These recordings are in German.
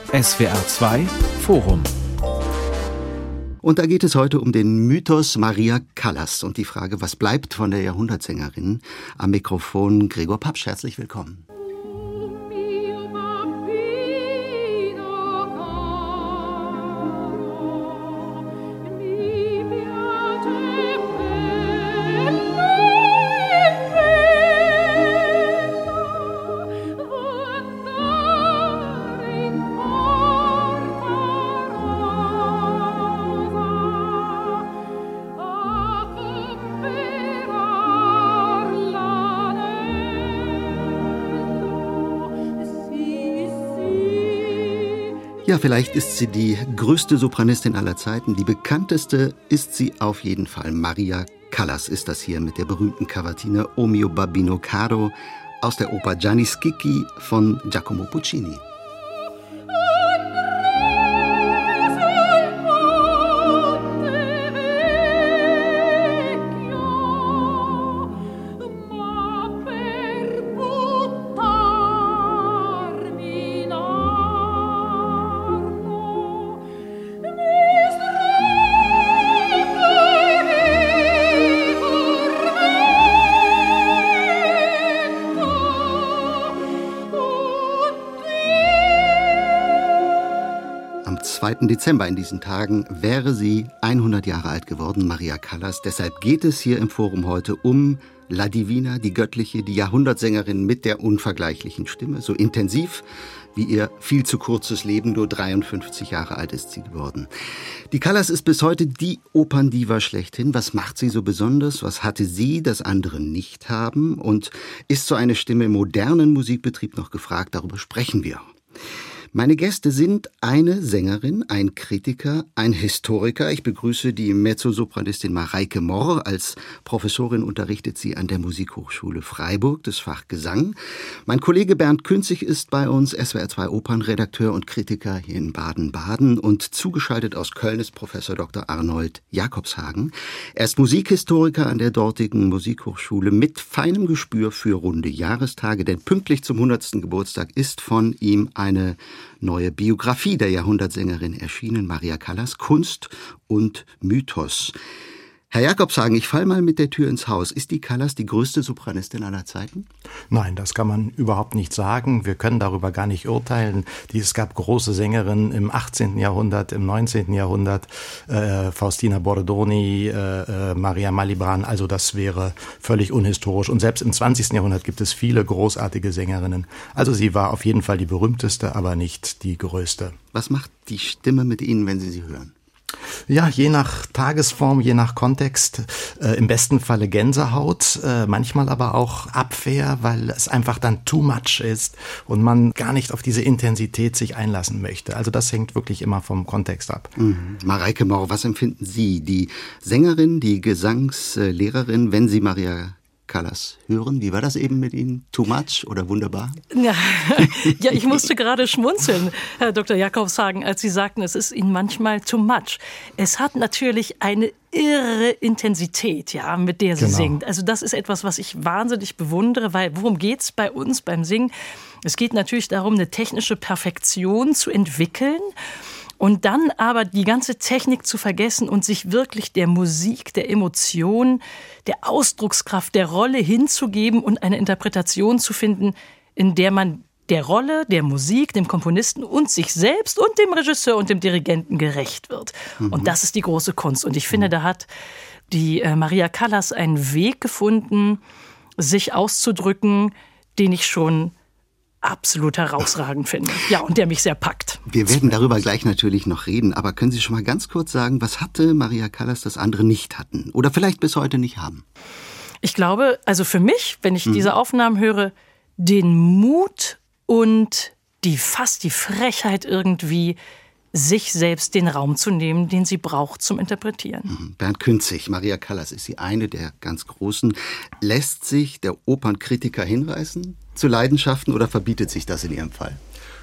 SWR 2 Forum. Und da geht es heute um den Mythos Maria Callas und die Frage, was bleibt von der Jahrhundertsängerin? Am Mikrofon Gregor Papsch, herzlich willkommen. Ja, vielleicht ist sie die größte Sopranistin aller Zeiten. Die bekannteste ist sie auf jeden Fall. Maria Callas ist das hier mit der berühmten Cavatina O mio babbino caro aus der Oper Gianni Schicchi von Giacomo Puccini. Am 2. Dezember in diesen Tagen wäre sie 100 Jahre alt geworden, Maria Callas. Deshalb geht es hier im Forum heute um La Divina, die Göttliche, die Jahrhundertsängerin mit der unvergleichlichen Stimme. So intensiv wie ihr viel zu kurzes Leben, nur 53 Jahre alt ist sie geworden. Die Callas ist bis heute die Operndiva schlechthin. Was macht sie so besonders? Was hatte sie, das andere nicht haben? Und ist so eine Stimme im modernen Musikbetrieb noch gefragt? Darüber sprechen wir. Meine Gäste sind eine Sängerin, ein Kritiker, ein Historiker. Ich begrüße die Mezzosopranistin Mareike Morr. Als Professorin unterrichtet sie an der Musikhochschule Freiburg das Fach Gesang. Mein Kollege Bernd Künzig ist bei uns, SWR 2 Opernredakteur und Kritiker hier in Baden-Baden. Und zugeschaltet aus Köln ist Professor Dr. Arnold Jakobshagen. Er ist Musikhistoriker an der dortigen Musikhochschule mit feinem Gespür für runde Jahrestage. Denn pünktlich zum 100. Geburtstag ist von ihm eine neue Biografie der Jahrhundertsängerin erschienen, Maria Callas, Kunst und Mythos. Herr Jakobshagen, ich fall mal mit der Tür ins Haus. Ist die Callas die größte Sopranistin aller Zeiten? Nein, das kann man überhaupt nicht sagen. Wir können darüber gar nicht urteilen. Es gab große Sängerinnen im 18. Jahrhundert, im 19. Jahrhundert, Faustina Bordoni, Maria Malibran, also das wäre völlig unhistorisch. Und selbst im 20. Jahrhundert gibt es viele großartige Sängerinnen. Also sie war auf jeden Fall die berühmteste, aber nicht die größte. Was macht die Stimme mit Ihnen, wenn Sie sie hören? Ja, je nach Tagesform, je nach Kontext, im besten Falle Gänsehaut, manchmal aber auch Abwehr, weil es einfach dann too much ist und man gar nicht auf diese Intensität sich einlassen möchte. Also das hängt wirklich immer vom Kontext ab. Mareike Morr, was empfinden Sie, die Sängerin, die Gesangslehrerin, wenn Sie Maria Callas hören? Wie war das eben mit Ihnen? Too much oder wunderbar? Ja, ich musste gerade schmunzeln, Herr Dr. Jakobshagen, als Sie sagten, es ist Ihnen manchmal too much. Es hat natürlich eine irre Intensität, ja, mit der sie singt. Also das ist etwas, was ich wahnsinnig bewundere, weil worum geht's bei uns beim Singen? Es geht natürlich darum, eine technische Perfektion zu entwickeln. Und dann aber die ganze Technik zu vergessen und sich wirklich der Musik, der Emotion, der Ausdruckskraft, der Rolle hinzugeben und eine Interpretation zu finden, in der man der Rolle, der Musik, dem Komponisten und sich selbst und dem Regisseur und dem Dirigenten gerecht wird. Und das ist die große Kunst. Und ich finde, da hat die Maria Callas einen Weg gefunden, sich auszudrücken, den ich schon absolut herausragend finde. Ja, und der mich sehr packt. Wir werden darüber gleich natürlich noch reden, aber können Sie schon mal ganz kurz sagen, was hatte Maria Callas, das andere nicht hatten? Oder vielleicht bis heute nicht haben? Ich glaube, also für mich, wenn ich diese Aufnahmen höre, den Mut und fast die Frechheit irgendwie, sich selbst den Raum zu nehmen, den sie braucht zum Interpretieren. Bernd Künzig, Maria Callas ist sie eine der ganz Großen. Lässt sich der Opernkritiker hinreißen zu Leidenschaften oder verbietet sich das in Ihrem Fall?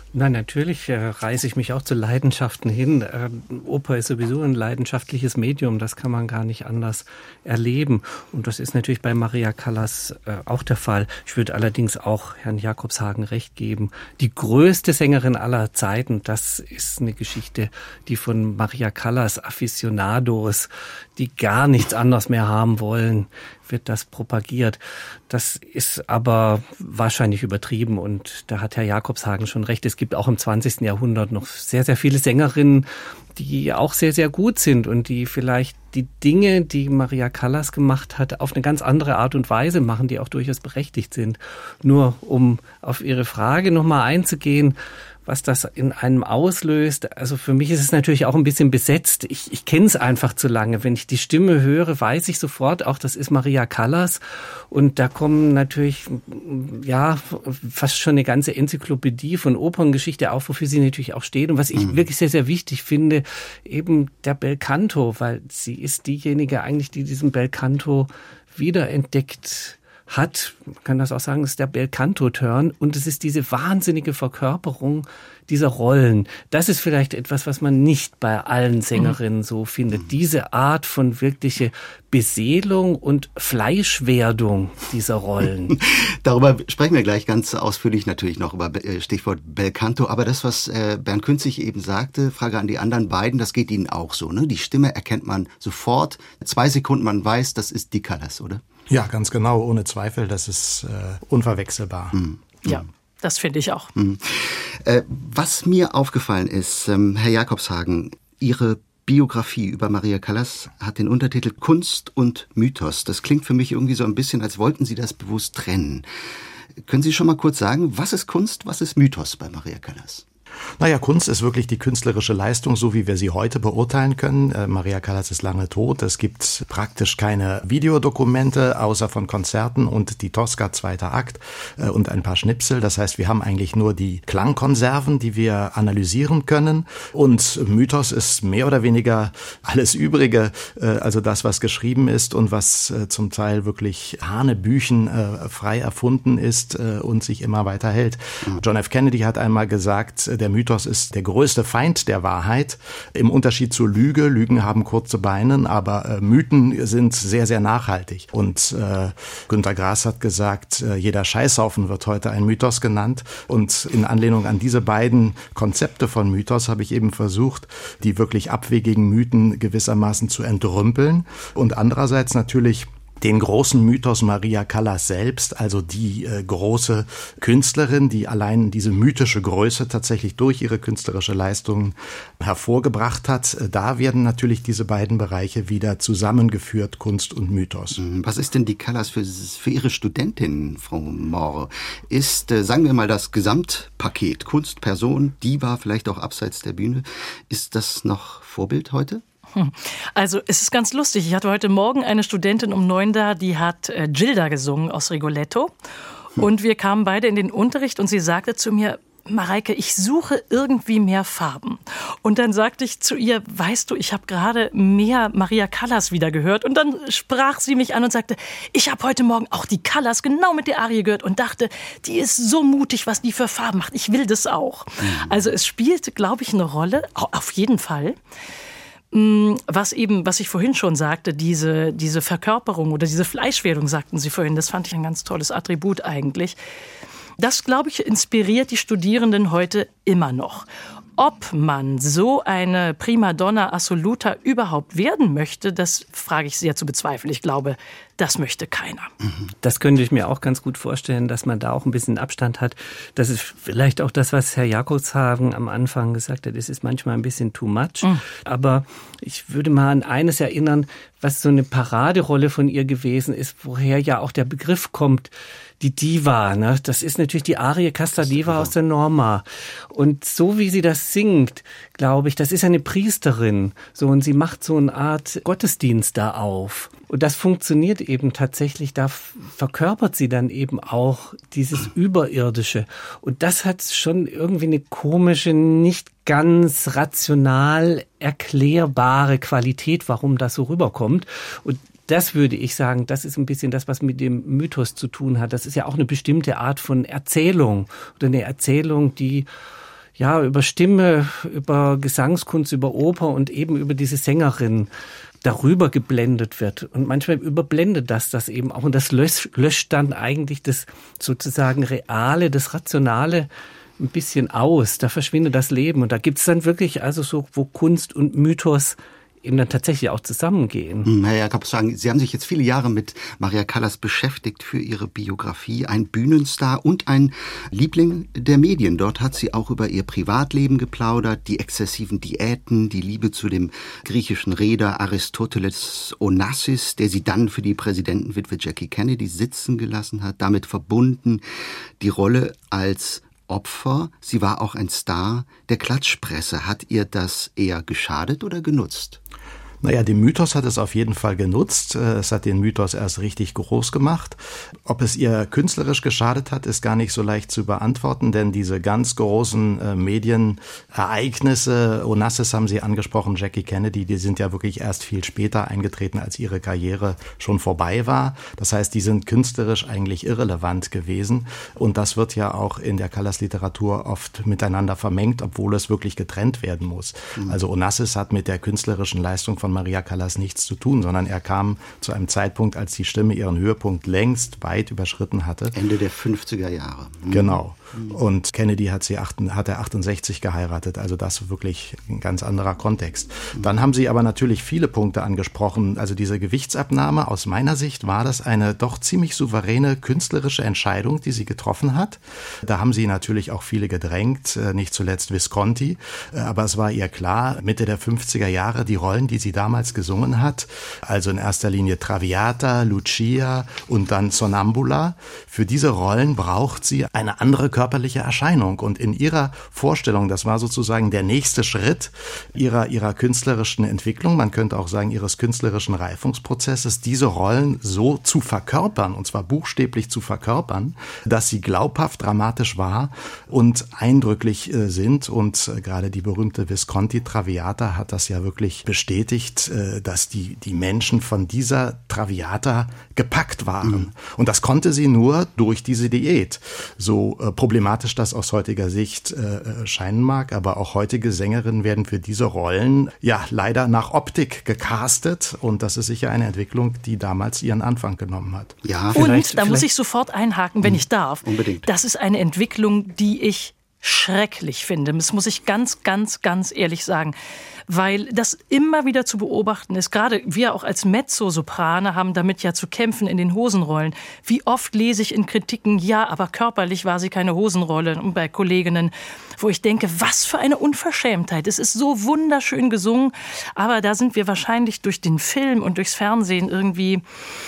Na, natürlich reiße ich mich auch zu Leidenschaften hin. Oper ist sowieso ein leidenschaftliches Medium, das kann man gar nicht anders erleben. Und das ist natürlich bei Maria Callas auch der Fall. Ich würde allerdings auch Herrn Jakobshagen recht geben. Die größte Sängerin aller Zeiten, das ist eine Geschichte, die von Maria Callas Aficionados, die gar nichts anderes mehr haben wollen, wird das propagiert. Das ist aber wahrscheinlich übertrieben und da hat Herr Jakobshagen schon recht. Es gibt auch im 20. Jahrhundert noch sehr, sehr viele Sängerinnen, die auch sehr, sehr gut sind und die vielleicht die Dinge, die Maria Callas gemacht hat, auf eine ganz andere Art und Weise machen, die auch durchaus berechtigt sind. Nur um auf Ihre Frage nochmal einzugehen, was das in einem auslöst. Also für mich ist es natürlich auch ein bisschen besetzt. Ich kenne es einfach zu lange. Wenn ich die Stimme höre, weiß ich sofort auch, das ist Maria Callas. Und da kommen natürlich, ja, fast schon eine ganze Enzyklopädie von Operngeschichte auf, wofür sie natürlich auch steht. Und was ich wirklich sehr, sehr wichtig finde, eben der Belcanto, weil sie ist diejenige eigentlich, die diesen Belcanto wiederentdeckt hat, man kann das auch sagen, ist der Belcanto-Turn und es ist diese wahnsinnige Verkörperung dieser Rollen. Das ist vielleicht etwas, was man nicht bei allen Sängerinnen so findet. Diese Art von wirkliche Beseelung und Fleischwerdung dieser Rollen. Darüber sprechen wir gleich ganz ausführlich natürlich noch über Stichwort Belcanto. Aber das, was Bernd Künzig eben sagte, Frage an die anderen beiden, das geht Ihnen auch so, ne? Die Stimme erkennt man sofort. 2 Sekunden, man weiß, das ist die Callas, oder? Ja, ganz genau, ohne Zweifel, das ist unverwechselbar. Ja, das finde ich auch. Was mir aufgefallen ist, Herr Jakobshagen, Ihre Biografie über Maria Callas hat den Untertitel Kunst und Mythos. Das klingt für mich irgendwie so ein bisschen, als wollten Sie das bewusst trennen. Können Sie schon mal kurz sagen, was ist Kunst, was ist Mythos bei Maria Callas? Naja, Kunst ist wirklich die künstlerische Leistung, so wie wir sie heute beurteilen können. Maria Callas ist lange tot. Es gibt praktisch keine Videodokumente, außer von Konzerten und die Tosca, 2. Akt und ein paar Schnipsel. Das heißt, wir haben eigentlich nur die Klangkonserven, die wir analysieren können. Und Mythos ist mehr oder weniger alles Übrige, also das, was geschrieben ist und was zum Teil wirklich hanebüchen frei erfunden ist und sich immer weiter hält. John F. Kennedy hat einmal gesagt, der Mythos ist der größte Feind der Wahrheit. Im Unterschied zur Lüge. Lügen haben kurze Beine, aber Mythen sind sehr, sehr nachhaltig. Und Günter Grass hat gesagt, jeder Scheißhaufen wird heute ein Mythos genannt. Und in Anlehnung an diese beiden Konzepte von Mythos habe ich eben versucht, die wirklich abwegigen Mythen gewissermaßen zu entrümpeln. Und andererseits natürlich den großen Mythos Maria Callas selbst, also die große Künstlerin, die allein diese mythische Größe tatsächlich durch ihre künstlerische Leistung hervorgebracht hat. Da werden natürlich diese beiden Bereiche wieder zusammengeführt, Kunst und Mythos. Was ist denn die Callas für Ihre Studentin, Frau Mohr? Ist, sagen wir mal, das Gesamtpaket Kunst, Person, Diva, vielleicht auch abseits der Bühne, ist das noch Vorbild heute? Also es ist ganz lustig. Ich hatte heute Morgen eine Studentin um 9 da, die hat Gilda gesungen aus Rigoletto. Und wir kamen beide in den Unterricht und sie sagte zu mir, Mareike, ich suche irgendwie mehr Farben. Und dann sagte ich zu ihr, weißt du, ich habe gerade mehr Maria Callas wieder gehört. Und dann sprach sie mich an und sagte, ich habe heute Morgen auch die Callas genau mit der Arie gehört und dachte, die ist so mutig, was die für Farben macht. Ich will das auch. Also es spielt, glaube ich, eine Rolle, auf jeden Fall. Was ich vorhin schon sagte, diese Verkörperung oder diese Fleischwerdung, sagten Sie vorhin, das fand ich ein ganz tolles Attribut eigentlich. Das, glaube ich, inspiriert die Studierenden heute immer noch. Ob man so eine Primadonna assoluta überhaupt werden möchte, das frage ich sehr zu bezweifeln. Ich glaube, das möchte keiner. Das könnte ich mir auch ganz gut vorstellen, dass man da auch ein bisschen Abstand hat. Das ist vielleicht auch das, was Herr Jakobshagen am Anfang gesagt hat. Es ist manchmal ein bisschen too much. Aber ich würde mal an eines erinnern, was so eine Paraderolle von ihr gewesen ist, woher ja auch der Begriff kommt, die Diva, ne? Das ist natürlich die Arie Casta Diva aus der Norma. Und so wie sie das singt, glaube ich, das ist eine Priesterin. So, und sie macht so eine Art Gottesdienst da auf. Und das funktioniert eben tatsächlich, da verkörpert sie dann eben auch dieses Überirdische. Und das hat schon irgendwie eine komische, nicht ganz rational erklärbare Qualität, warum das so rüberkommt. Und das würde ich sagen, das ist ein bisschen das, was mit dem Mythos zu tun hat. Das ist ja auch eine bestimmte Art von Erzählung oder eine Erzählung, die über Stimme, über Gesangskunst, über Oper und eben über diese Sängerin darüber geblendet wird. Und manchmal überblendet das eben auch. Und das löscht dann eigentlich das sozusagen Reale, das Rationale ein bisschen aus. Da verschwindet das Leben. Und da gibt es dann wirklich also so, wo Kunst und Mythos eben dann tatsächlich auch zusammengehen. Herr Jakobs, Sie haben sich jetzt viele Jahre mit Maria Callas beschäftigt für Ihre Biografie. Ein Bühnenstar und ein Liebling der Medien. Dort hat sie auch über ihr Privatleben geplaudert, die exzessiven Diäten, die Liebe zu dem griechischen Reeder Aristoteles Onassis, der sie dann für die Präsidentenwitwe Jackie Kennedy sitzen gelassen hat. Damit verbunden die Rolle als Opfer. Sie war auch ein Star der Klatschpresse. Hat ihr das eher geschadet oder genutzt? Naja, den Mythos hat es auf jeden Fall genutzt. Es hat den Mythos erst richtig groß gemacht. Ob es ihr künstlerisch geschadet hat, ist gar nicht so leicht zu beantworten, denn diese ganz großen Medienereignisse, Onassis haben Sie angesprochen, Jackie Kennedy, die sind ja wirklich erst viel später eingetreten, als ihre Karriere schon vorbei war. Das heißt, die sind künstlerisch eigentlich irrelevant gewesen. Und das wird ja auch in der Callas-Literatur oft miteinander vermengt, obwohl es wirklich getrennt werden muss. Also Onassis hat mit der künstlerischen Leistung von Maria Callas nichts zu tun, sondern er kam zu einem Zeitpunkt, als die Stimme ihren Höhepunkt längst weit überschritten hatte. Ende der 50er Jahre. Genau. Und Kennedy hat er 68 geheiratet, also das wirklich ein ganz anderer Kontext. Dann haben Sie aber natürlich viele Punkte angesprochen. Also diese Gewichtsabnahme, aus meiner Sicht war das eine doch ziemlich souveräne künstlerische Entscheidung, die sie getroffen hat. Da haben sie natürlich auch viele gedrängt, nicht zuletzt Visconti. Aber es war ihr klar, Mitte der 50er Jahre, die Rollen, die sie damals gesungen hat, also in erster Linie Traviata, Lucia und dann Sonnambula, für diese Rollen braucht sie eine andere körperliche Erscheinung. Und in ihrer Vorstellung, das war sozusagen der nächste Schritt ihrer künstlerischen Entwicklung, man könnte auch sagen ihres künstlerischen Reifungsprozesses, diese Rollen so zu verkörpern, und zwar buchstäblich zu verkörpern, dass sie glaubhaft, dramatisch wahr und eindrücklich sind. Und gerade die berühmte Visconti Traviata hat das ja wirklich bestätigt, dass die Menschen von dieser Traviata gepackt waren. Und das konnte sie nur durch diese Diät. So problematisch das aus heutiger Sicht scheinen mag, aber auch heutige Sängerinnen werden für diese Rollen ja leider nach Optik gecastet. Und das ist sicher eine Entwicklung, die damals ihren Anfang genommen hat. Ja, und da muss ich sofort einhaken, wenn ich darf. Unbedingt. Das ist eine Entwicklung, die ich schrecklich finde. Das muss ich ganz, ganz, ganz ehrlich sagen. Weil das immer wieder zu beobachten ist. Gerade wir auch als Mezzosoprane haben damit ja zu kämpfen in den Hosenrollen. Wie oft lese ich in Kritiken, ja, aber körperlich war sie keine Hosenrolle. Und bei Kolleginnen, wo ich denke, was für eine Unverschämtheit. Es ist so wunderschön gesungen, aber da sind wir wahrscheinlich durch den Film und durchs Fernsehen irgendwie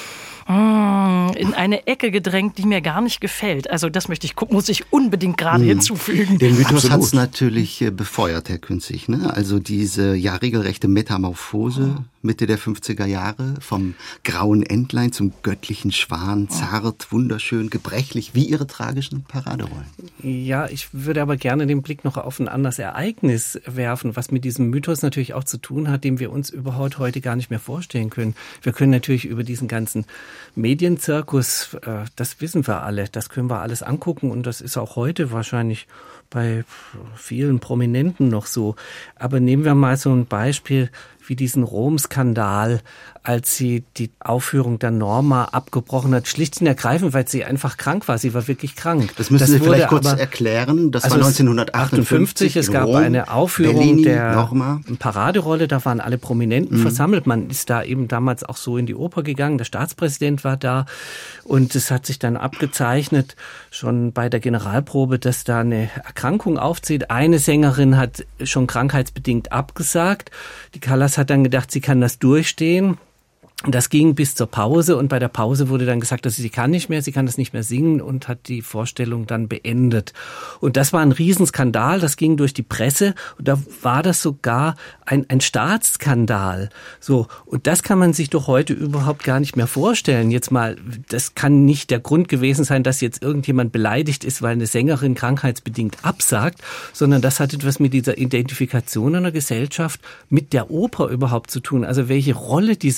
in eine Ecke gedrängt, die mir gar nicht gefällt. Also das muss ich unbedingt gerade hinzufügen. Den Mythos hat es natürlich befeuert, Herr Künzig. Ne? Also diese regelrechte Metamorphose Mitte der 50er Jahre, vom grauen Entlein zum göttlichen Schwan, zart, wunderschön, gebrechlich, wie ihre tragischen Paraderollen. Ja, ich würde aber gerne den Blick noch auf ein anderes Ereignis werfen, was mit diesem Mythos natürlich auch zu tun hat, den wir uns überhaupt heute gar nicht mehr vorstellen können. Wir können natürlich über diesen ganzen Medienzirkus, das wissen wir alle, das können wir alles angucken und das ist auch heute wahrscheinlich bei vielen Prominenten noch so. Aber nehmen wir mal so ein Beispiel wie diesen Rom-Skandal, als sie die Aufführung der Norma abgebrochen hat, schlicht und ergreifend, weil sie einfach krank war. Sie war wirklich krank. Das müssen Sie vielleicht kurz erklären. Das war 1958. Es gab eine Aufführung Bellini, der Norma. Paraderolle, da waren alle Prominenten versammelt. Man ist da eben damals auch so in die Oper gegangen. Der Staatspräsident war da und es hat sich dann abgezeichnet, schon bei der Generalprobe, dass da eine Erkrankung aufzieht. Eine Sängerin hat schon krankheitsbedingt abgesagt. Die Callas hat dann gedacht, sie kann das durchstehen. Das ging bis zur Pause und bei der Pause wurde dann gesagt, dass sie kann das nicht mehr singen und hat die Vorstellung dann beendet. Und das war ein Riesenskandal, das ging durch die Presse und da war das sogar ein Staatsskandal. So, und das kann man sich doch heute überhaupt gar nicht mehr vorstellen. Jetzt mal, das kann nicht der Grund gewesen sein, dass jetzt irgendjemand beleidigt ist, weil eine Sängerin krankheitsbedingt absagt, sondern das hat etwas mit dieser Identifikation einer Gesellschaft mit der Oper überhaupt zu tun. Also welche Rolle diese Oper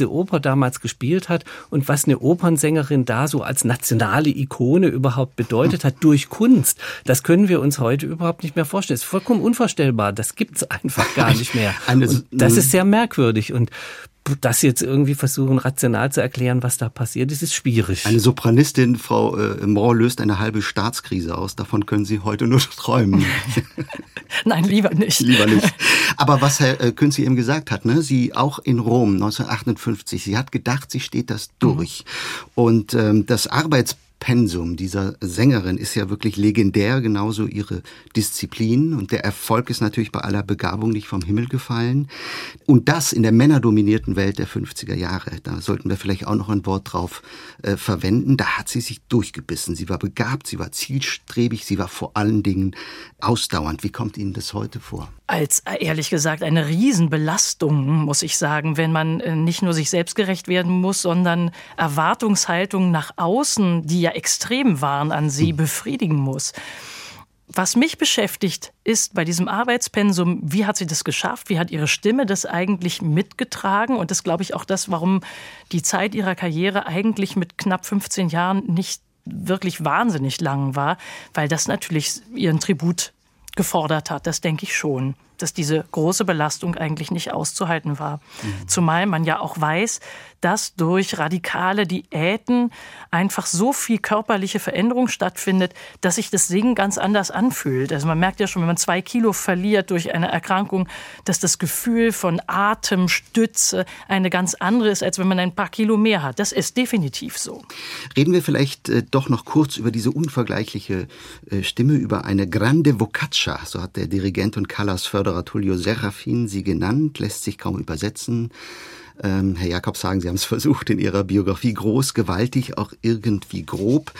damals gespielt hat und was eine Opernsängerin da so als nationale Ikone überhaupt bedeutet hat durch Kunst. Das können wir uns heute überhaupt nicht mehr vorstellen. Das ist vollkommen unvorstellbar. Das gibt's einfach gar nicht mehr. Und das ist sehr merkwürdig. Und das jetzt irgendwie versuchen, rational zu erklären, was da passiert, ist schwierig. Eine Sopranistin, Frau Mohr, löst eine halbe Staatskrise aus. Davon können Sie heute nur träumen. Nein, lieber nicht. Lieber nicht. Aber was Herr Künzi eben gesagt hat, ne, sie auch in Rom 1958, sie hat gedacht, sie steht das durch. Und das Arbeitspensum dieser Sängerin ist ja wirklich legendär, genauso ihre Disziplin. Und der Erfolg ist natürlich bei aller Begabung nicht vom Himmel gefallen. Und das in der männerdominierten Welt der 50er Jahre. Da sollten wir vielleicht auch noch ein Wort drauf verwenden. Da hat sie sich durchgebissen. Sie war begabt, sie war zielstrebig, sie war vor allen Dingen ausdauernd. Wie kommt Ihnen das heute vor? Als, ehrlich gesagt, eine Riesenbelastung, muss ich sagen, wenn man nicht nur sich selbst gerecht werden muss, sondern Erwartungshaltungen nach außen, die ja extrem waren, an sie befriedigen muss. Was mich beschäftigt, ist bei diesem Arbeitspensum, wie hat sie das geschafft? Wie hat ihre Stimme das eigentlich mitgetragen? Und das glaube ich auch das, warum die Zeit ihrer Karriere eigentlich mit knapp 15 Jahren nicht wirklich wahnsinnig lang war, weil das natürlich ihren Tribut gefordert hat. Das denke ich schon, dass diese große Belastung eigentlich nicht auszuhalten war. Zumal man ja auch weiß, dass durch radikale Diäten einfach so viel körperliche Veränderung stattfindet, dass sich das Singen ganz anders anfühlt. Also man merkt ja schon, wenn man 2 Kilo verliert durch eine Erkrankung, dass das Gefühl von Atemstütze eine ganz andere ist, als wenn man ein paar Kilo mehr hat. Das ist definitiv so. Reden wir vielleicht doch noch kurz über diese unvergleichliche Stimme, über eine grande vocaccia, so hat der Dirigent und Callas-Förderer Tullio Serafin sie genannt, lässt sich kaum übersetzen. Herr Jakobs sagen, Sie haben es versucht in Ihrer Biografie, groß, gewaltig, auch irgendwie grob.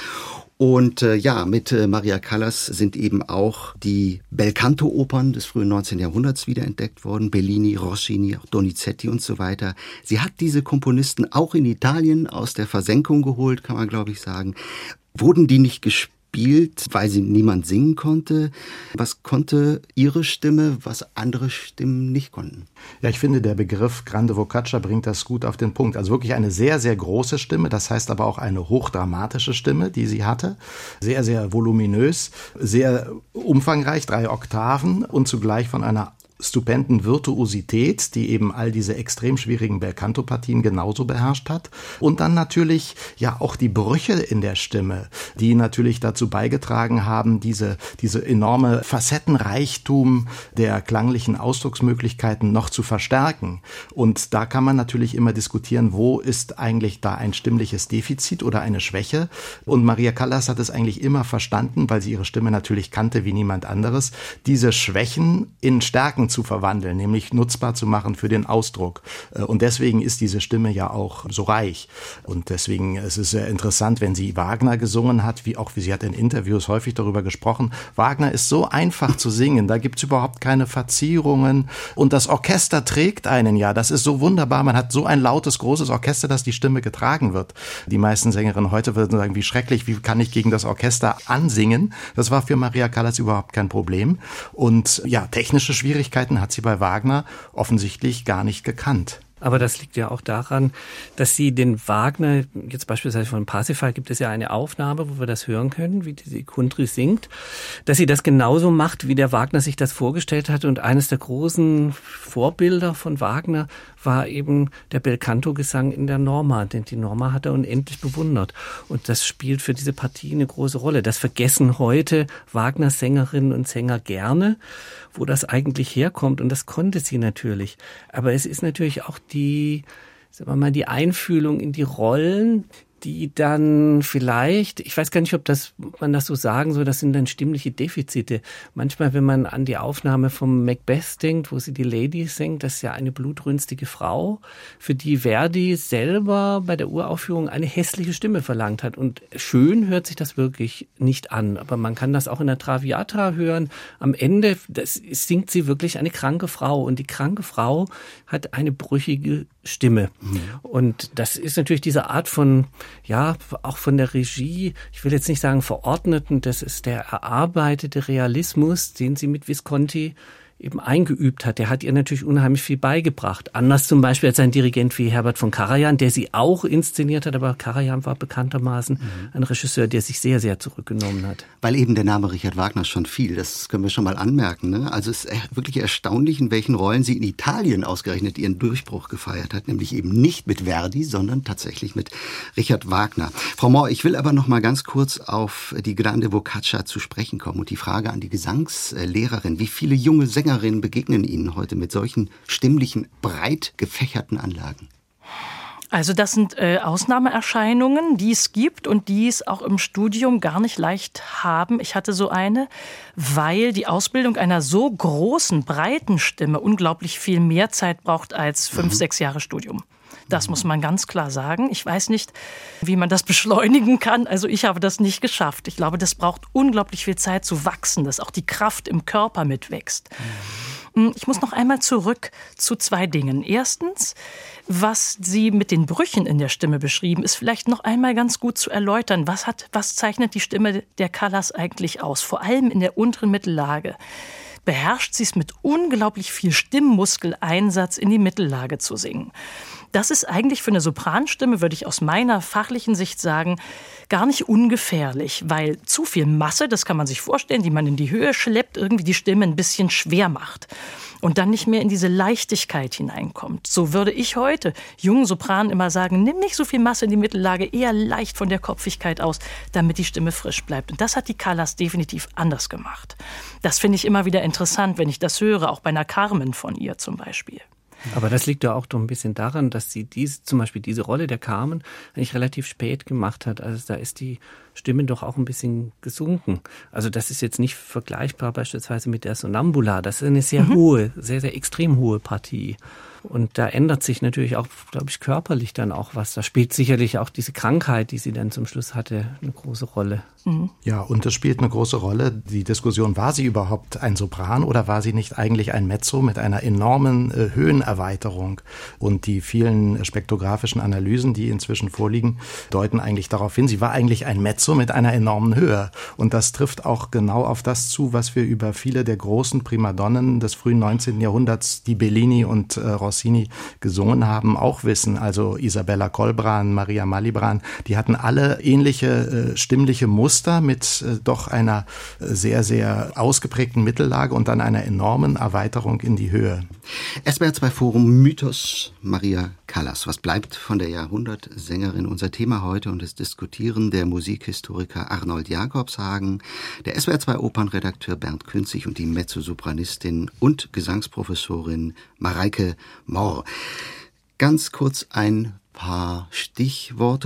Und mit Maria Callas sind eben auch die Belcanto-Opern des frühen 19. Jahrhunderts wiederentdeckt worden. Bellini, Rossini, auch Donizetti und so weiter. Sie hat diese Komponisten auch in Italien aus der Versenkung geholt, kann man glaube ich sagen. Wurden die nicht gespielt, weil sie niemand singen konnte? Was konnte ihre Stimme, was andere Stimmen nicht konnten? Ja, ich finde, der Begriff Grande Vocaccia bringt das gut auf den Punkt. Also wirklich eine sehr, sehr große Stimme, das heißt aber auch eine hochdramatische Stimme, die sie hatte. Sehr, sehr voluminös, sehr umfangreich, 3 Oktaven und zugleich von einer stupenden Virtuosität, die eben all diese extrem schwierigen Belcanto-Partien genauso beherrscht hat. Und dann natürlich ja auch die Brüche in der Stimme, die natürlich dazu beigetragen haben, diese enorme Facettenreichtum der klanglichen Ausdrucksmöglichkeiten noch zu verstärken. Und da kann man natürlich immer diskutieren, wo ist eigentlich da ein stimmliches Defizit oder eine Schwäche. Und Maria Callas hat es eigentlich immer verstanden, weil sie ihre Stimme natürlich kannte wie niemand anderes, diese Schwächen in Stärken zu verwandeln, nämlich nutzbar zu machen für den Ausdruck. Und deswegen ist diese Stimme ja auch so reich. Und deswegen ist es sehr interessant, wenn sie Wagner gesungen hat, wie sie hat in Interviews häufig darüber gesprochen, Wagner ist so einfach zu singen, da gibt's überhaupt keine Verzierungen und das Orchester trägt einen ja, das ist so wunderbar, man hat so ein lautes, großes Orchester, dass die Stimme getragen wird. Die meisten Sängerinnen heute würden sagen, wie schrecklich, wie kann ich gegen das Orchester ansingen? Das war für Maria Callas überhaupt kein Problem. Und ja, technische Schwierigkeiten hat sie bei Wagner offensichtlich gar nicht gekannt. Aber das liegt ja auch daran, dass sie den Wagner, jetzt beispielsweise von Parsifal gibt es ja eine Aufnahme, wo wir das hören können, wie die Kundry singt, dass sie das genauso macht, wie der Wagner sich das vorgestellt hat. Und eines der großen Vorbilder von Wagner war eben der Belcanto-Gesang in der Norma, denn die Norma hat er unendlich bewundert. Und das spielt für diese Partie eine große Rolle. Das vergessen heute Wagners Sängerinnen und Sänger gerne, wo das eigentlich herkommt. Und das konnte sie natürlich. Aber es ist natürlich auch die Einfühlung in die Rollen, die dann vielleicht, ich weiß gar nicht, ob man das so sagen soll, das sind dann stimmliche Defizite. Manchmal, wenn man an die Aufnahme vom Macbeth denkt, wo sie die Lady singt, das ist ja eine blutrünstige Frau, für die Verdi selber bei der Uraufführung eine hässliche Stimme verlangt hat. Und schön hört sich das wirklich nicht an. Aber man kann das auch in der Traviata hören. Am Ende singt sie wirklich eine kranke Frau. Und die kranke Frau hat eine brüchige Stimme. Und das ist natürlich diese Art von, ja, auch von der Regie, ich will jetzt nicht sagen verordneten, das ist der erarbeitete Realismus, den sie mit Visconti eben eingeübt hat. Der hat ihr natürlich unheimlich viel beigebracht. Anders zum Beispiel als ein Dirigent wie Herbert von Karajan, der sie auch inszeniert hat, aber Karajan war bekanntermaßen ein Regisseur, der sich sehr, sehr zurückgenommen hat. Weil eben der Name Richard Wagner schon fiel, das können wir schon mal anmerken. Ne? Also es ist wirklich erstaunlich, in welchen Rollen sie in Italien ausgerechnet ihren Durchbruch gefeiert hat, nämlich eben nicht mit Verdi, sondern tatsächlich mit Richard Wagner. Frau Mohr, ich will aber noch mal ganz kurz auf die Grande Vocaccia zu sprechen kommen und die Frage an die Gesangslehrerin, wie viele junge Sängerinnen begegnen Ihnen heute mit solchen stimmlichen, breit gefächerten Anlagen? Also das sind Ausnahmeerscheinungen, die es gibt und die es auch im Studium gar nicht leicht haben. Ich hatte so eine, weil die Ausbildung einer so großen, breiten Stimme unglaublich viel mehr Zeit braucht als 5, 6 Jahre Studium. Das muss man ganz klar sagen. Ich weiß nicht, wie man das beschleunigen kann. Also ich habe das nicht geschafft. Ich glaube, das braucht unglaublich viel Zeit zu wachsen, dass auch die Kraft im Körper mitwächst. Ich muss noch einmal zurück zu 2 Dingen. Erstens, was Sie mit den Brüchen in der Stimme beschrieben, ist vielleicht noch einmal ganz gut zu erläutern. Was zeichnet die Stimme der Callas eigentlich aus? Vor allem in der unteren Mittellage beherrscht sie es mit unglaublich viel Stimmmuskeleinsatz in die Mittellage zu singen. Das ist eigentlich für eine Sopranstimme, würde ich aus meiner fachlichen Sicht sagen, gar nicht ungefährlich, weil zu viel Masse, das kann man sich vorstellen, die man in die Höhe schleppt, irgendwie die Stimme ein bisschen schwer macht und dann nicht mehr in diese Leichtigkeit hineinkommt. So würde ich heute jungen Sopranen immer sagen, nimm nicht so viel Masse in die Mittellage, eher leicht von der Kopfigkeit aus, damit die Stimme frisch bleibt. Und das hat die Callas definitiv anders gemacht. Das finde ich immer wieder interessant, wenn ich das höre, auch bei einer Carmen von ihr zum Beispiel. Aber das liegt ja auch doch ein bisschen daran, dass sie zum Beispiel diese Rolle der Carmen eigentlich relativ spät gemacht hat. Also da ist die Stimme doch auch ein bisschen gesunken. Also das ist jetzt nicht vergleichbar beispielsweise mit der Sonnambula. Das ist eine sehr hohe, sehr, sehr extrem hohe Partie. Und da ändert sich natürlich auch, glaube ich, körperlich dann auch was. Da spielt sicherlich auch diese Krankheit, die sie dann zum Schluss hatte, eine große Rolle. Ja, und das spielt eine große Rolle. Die Diskussion, war sie überhaupt ein Sopran oder war sie nicht eigentlich ein Mezzo mit einer enormen Höhenerweiterung? Und die vielen spektrographischen Analysen, die inzwischen vorliegen, deuten eigentlich darauf hin, sie war eigentlich ein Mezzo mit einer enormen Höhe. Und das trifft auch genau auf das zu, was wir über viele der großen Primadonnen des frühen 19. Jahrhunderts, die Bellini und Rossini gesungen haben, auch wissen. Also Isabella Colbran, Maria Malibran, die hatten alle ähnliche stimmliche Muster mit doch einer sehr, sehr ausgeprägten Mittellage und dann einer enormen Erweiterung in die Höhe. SWR 2 Forum Mythos Maria Callas. Was bleibt von der Jahrhundertsängerin? Unser Thema heute und das Diskutieren der Musikhistoriker Arnold Jakobshagen, der SWR 2 Opernredakteur Bernd Künzig und die Mezzosopranistin und Gesangsprofessorin Mareike Mohr. Ganz kurz ein paar Stichworte.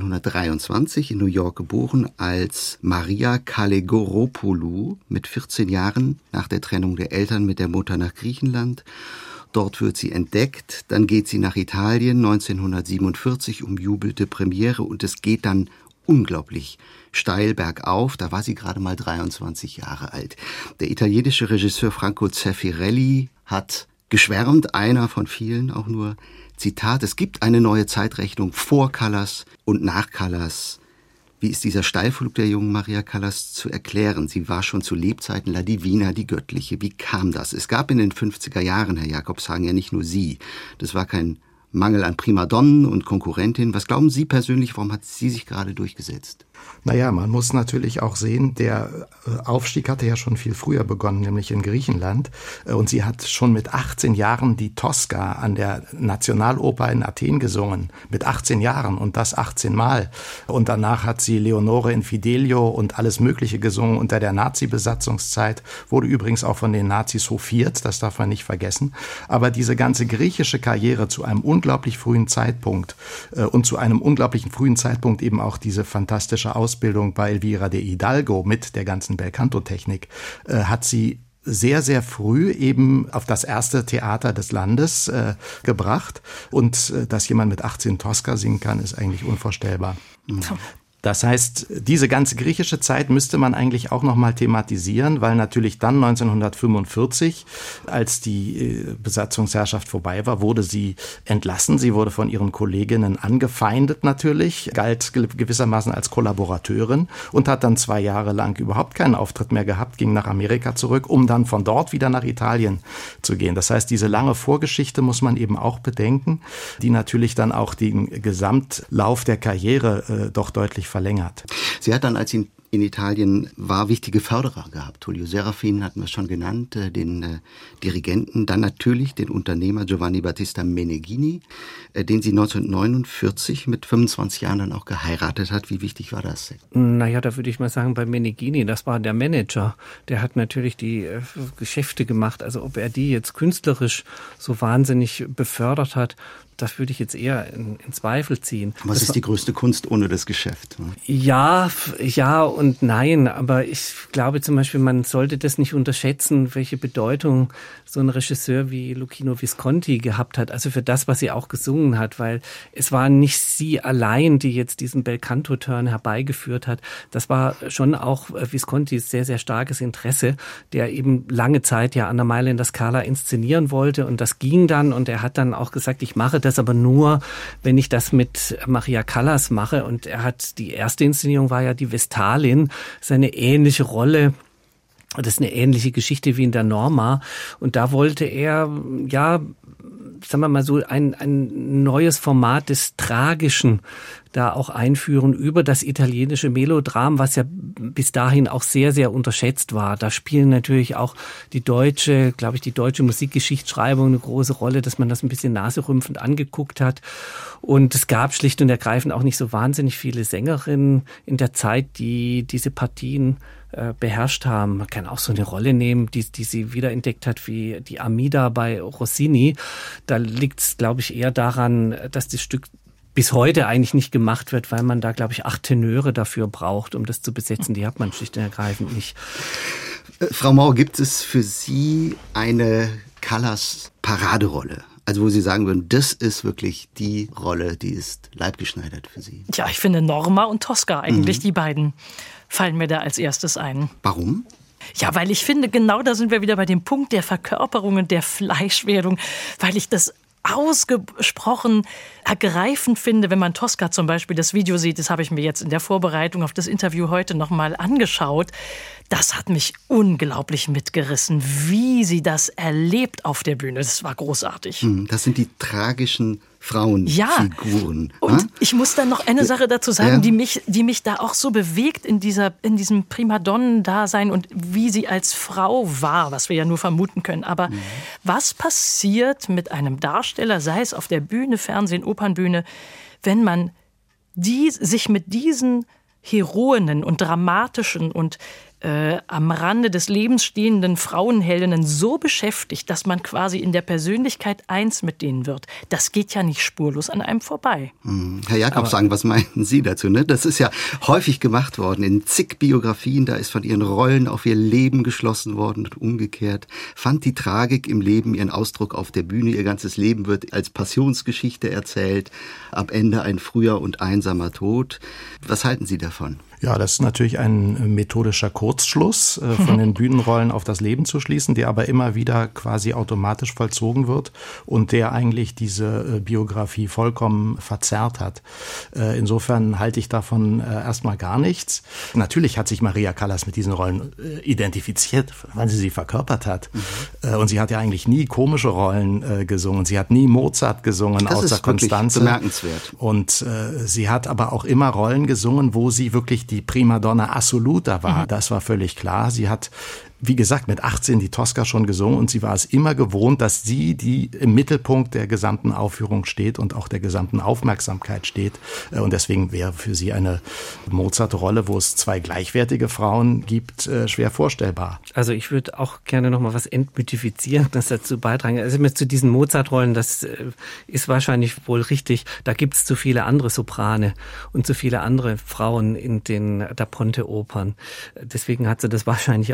1923 in New York geboren als Maria Kalegoropoulou mit 14 Jahren nach der Trennung der Eltern mit der Mutter nach Griechenland. Dort wird sie entdeckt, dann geht sie nach Italien 1947, umjubelte Premiere und es geht dann unglaublich steil bergauf. Da war sie gerade mal 23 Jahre alt. Der italienische Regisseur Franco Zeffirelli hat geschwärmt, einer von vielen auch nur, Zitat, es gibt eine neue Zeitrechnung vor Callas und nach Callas. Wie ist dieser Steilflug der jungen Maria Callas zu erklären? Sie war schon zu Lebzeiten La Divina, die Göttliche. Wie kam das? Es gab in den 50er Jahren, Herr Jakobshagen, ja nicht nur sie. Das war kein Mangel an Primadonnen und Konkurrentinnen. Was glauben Sie persönlich, warum hat sie sich gerade durchgesetzt? Naja, man muss natürlich auch sehen, der Aufstieg hatte ja schon viel früher begonnen, nämlich in Griechenland. Und sie hat schon mit 18 Jahren die Tosca an der Nationaloper in Athen gesungen. Mit 18 Jahren und das 18 Mal. Und danach hat sie Leonore in Fidelio und alles Mögliche gesungen unter der Nazi-Besatzungszeit. Wurde übrigens auch von den Nazis hofiert, das darf man nicht vergessen. Aber diese ganze griechische Karriere zu einem unglaublich frühen Zeitpunkt und zu einem unglaublichen frühen Zeitpunkt eben auch diese fantastische Ausbildung bei Elvira de Hidalgo mit der ganzen Belcanto-Technik, hat sie sehr, sehr früh eben auf das erste Theater des Landes gebracht. Und dass jemand mit 18 Tosca singen kann, ist eigentlich unvorstellbar. Das heißt, diese ganze griechische Zeit müsste man eigentlich auch nochmal thematisieren, weil natürlich dann 1945, als die Besatzungsherrschaft vorbei war, wurde sie entlassen. Sie wurde von ihren Kolleginnen angefeindet natürlich, galt gewissermaßen als Kollaborateurin und hat dann 2 Jahre lang überhaupt keinen Auftritt mehr gehabt, ging nach Amerika zurück, um dann von dort wieder nach Italien zu gehen. Das heißt, diese lange Vorgeschichte muss man eben auch bedenken, die natürlich dann auch den Gesamtlauf der Karriere doch deutlich verlängert. Sie hat dann, als sie in Italien war, wichtige Förderer gehabt. Tullio Serafin hatten wir schon genannt, den Dirigenten, dann natürlich den Unternehmer Giovanni Battista Meneghini, den sie 1949 mit 25 Jahren dann auch geheiratet hat. Wie wichtig war das? Naja, da würde ich mal sagen, bei Meneghini, das war der Manager. Der hat natürlich die Geschäfte gemacht. Also ob er die jetzt künstlerisch so wahnsinnig befördert hat, das würde ich jetzt eher in Zweifel ziehen. Was ist die größte Kunst ohne das Geschäft? Ja und nein. Aber ich glaube zum Beispiel, man sollte das nicht unterschätzen, welche Bedeutung so ein Regisseur wie Luchino Visconti gehabt hat. Also für das, was sie auch gesungen hat. Weil es war nicht sie allein, die jetzt diesen Belcanto-Turn herbeigeführt hat. Das war schon auch Viscontis sehr, sehr starkes Interesse, der eben lange Zeit ja an der Mailänder Scala inszenieren wollte. Und das ging dann. Und er hat dann auch gesagt, ich mache das aber nur, wenn ich das mit Maria Callas mache. Und er hat, die erste Inszenierung war ja die Vestalin, seine ähnliche Rolle. Das ist eine ähnliche Geschichte wie in der Norma. Und da wollte er, ja, sagen wir mal so, ein neues Format des Tragischen da auch einführen über das italienische Melodram, was ja bis dahin auch sehr, sehr unterschätzt war. Da spielen natürlich auch die deutsche Musikgeschichtsschreibung eine große Rolle, dass man das ein bisschen naserümpfend angeguckt hat. Und es gab schlicht und ergreifend auch nicht so wahnsinnig viele Sängerinnen in der Zeit, die diese Partien beherrscht haben. Man kann auch so eine Rolle nehmen, die sie wiederentdeckt hat, wie die Amida bei Rossini. Da liegt es, glaube ich, eher daran, dass das Stück bis heute eigentlich nicht gemacht wird, weil man da, glaube ich, 8 Tenöre dafür braucht, um das zu besetzen. Die hat man schlicht und ergreifend nicht. Frau Mauer, gibt es für Sie eine Callas-Paraderolle? Also wo Sie sagen würden, das ist wirklich die Rolle, die ist leibgeschneidert für Sie. Ja, ich finde Norma und Tosca eigentlich, die beiden fallen mir da als erstes ein. Warum? Ja, weil ich finde, genau da sind wir wieder bei dem Punkt der Verkörperung und der Fleischwerdung, weil ich das ausgesprochen ergreifend finde, wenn man Tosca zum Beispiel das Video sieht, das habe ich mir jetzt in der Vorbereitung auf das Interview heute nochmal angeschaut. Das hat mich unglaublich mitgerissen, wie sie das erlebt auf der Bühne. Das war großartig. Das sind die tragischen Frauenfiguren. Ja, und ich muss dann noch eine Sache dazu sagen, die mich da auch so bewegt in diesem Primadonnendasein und wie sie als Frau war, was wir ja nur vermuten können. Aber was passiert mit einem Darsteller, sei es auf der Bühne, Fernsehen, Opernbühne, wenn man sich mit diesen Heroinnen und dramatischen und am Rande des Lebens stehenden Frauenheldinnen so beschäftigt, dass man quasi in der Persönlichkeit eins mit denen wird. Das geht ja nicht spurlos an einem vorbei. Herr Jakobs, was meinen Sie dazu? Ne? Das ist ja häufig gemacht worden in zig Biografien. Da ist von ihren Rollen auf ihr Leben geschlossen worden und umgekehrt. Fand die Tragik im Leben ihren Ausdruck auf der Bühne. Ihr ganzes Leben wird als Passionsgeschichte erzählt. Am Ende ein früher und einsamer Tod. Was halten Sie davon? Ja, das ist natürlich ein methodischer Kurzschluss, von den Bühnenrollen auf das Leben zu schließen, der aber immer wieder quasi automatisch vollzogen wird und der eigentlich diese Biografie vollkommen verzerrt hat. Insofern halte ich davon erstmal gar nichts. Natürlich hat sich Maria Callas mit diesen Rollen identifiziert, weil sie verkörpert hat. Und sie hat ja eigentlich nie komische Rollen gesungen. Sie hat nie Mozart gesungen, das außer ist wirklich Constanze. Bemerkenswert. Und sie hat aber auch immer Rollen gesungen, wo sie wirklich die Primadonna assoluta war. Das war völlig klar. Sie hat, wie gesagt, mit 18 die Tosca schon gesungen und sie war es immer gewohnt, dass sie die im Mittelpunkt der gesamten Aufführung steht und auch der gesamten Aufmerksamkeit steht. Und deswegen wäre für sie eine Mozart-Rolle, wo es 2 gleichwertige Frauen gibt, schwer vorstellbar. Also ich würde auch gerne noch mal was entmythifizieren, das dazu beitragen. Also zu diesen Mozart-Rollen, das ist wahrscheinlich wohl richtig. Da gibt es zu viele andere Soprane und zu viele andere Frauen in den Da Ponte-Opern. Deswegen hat sie das wahrscheinlich auch nicht gemacht.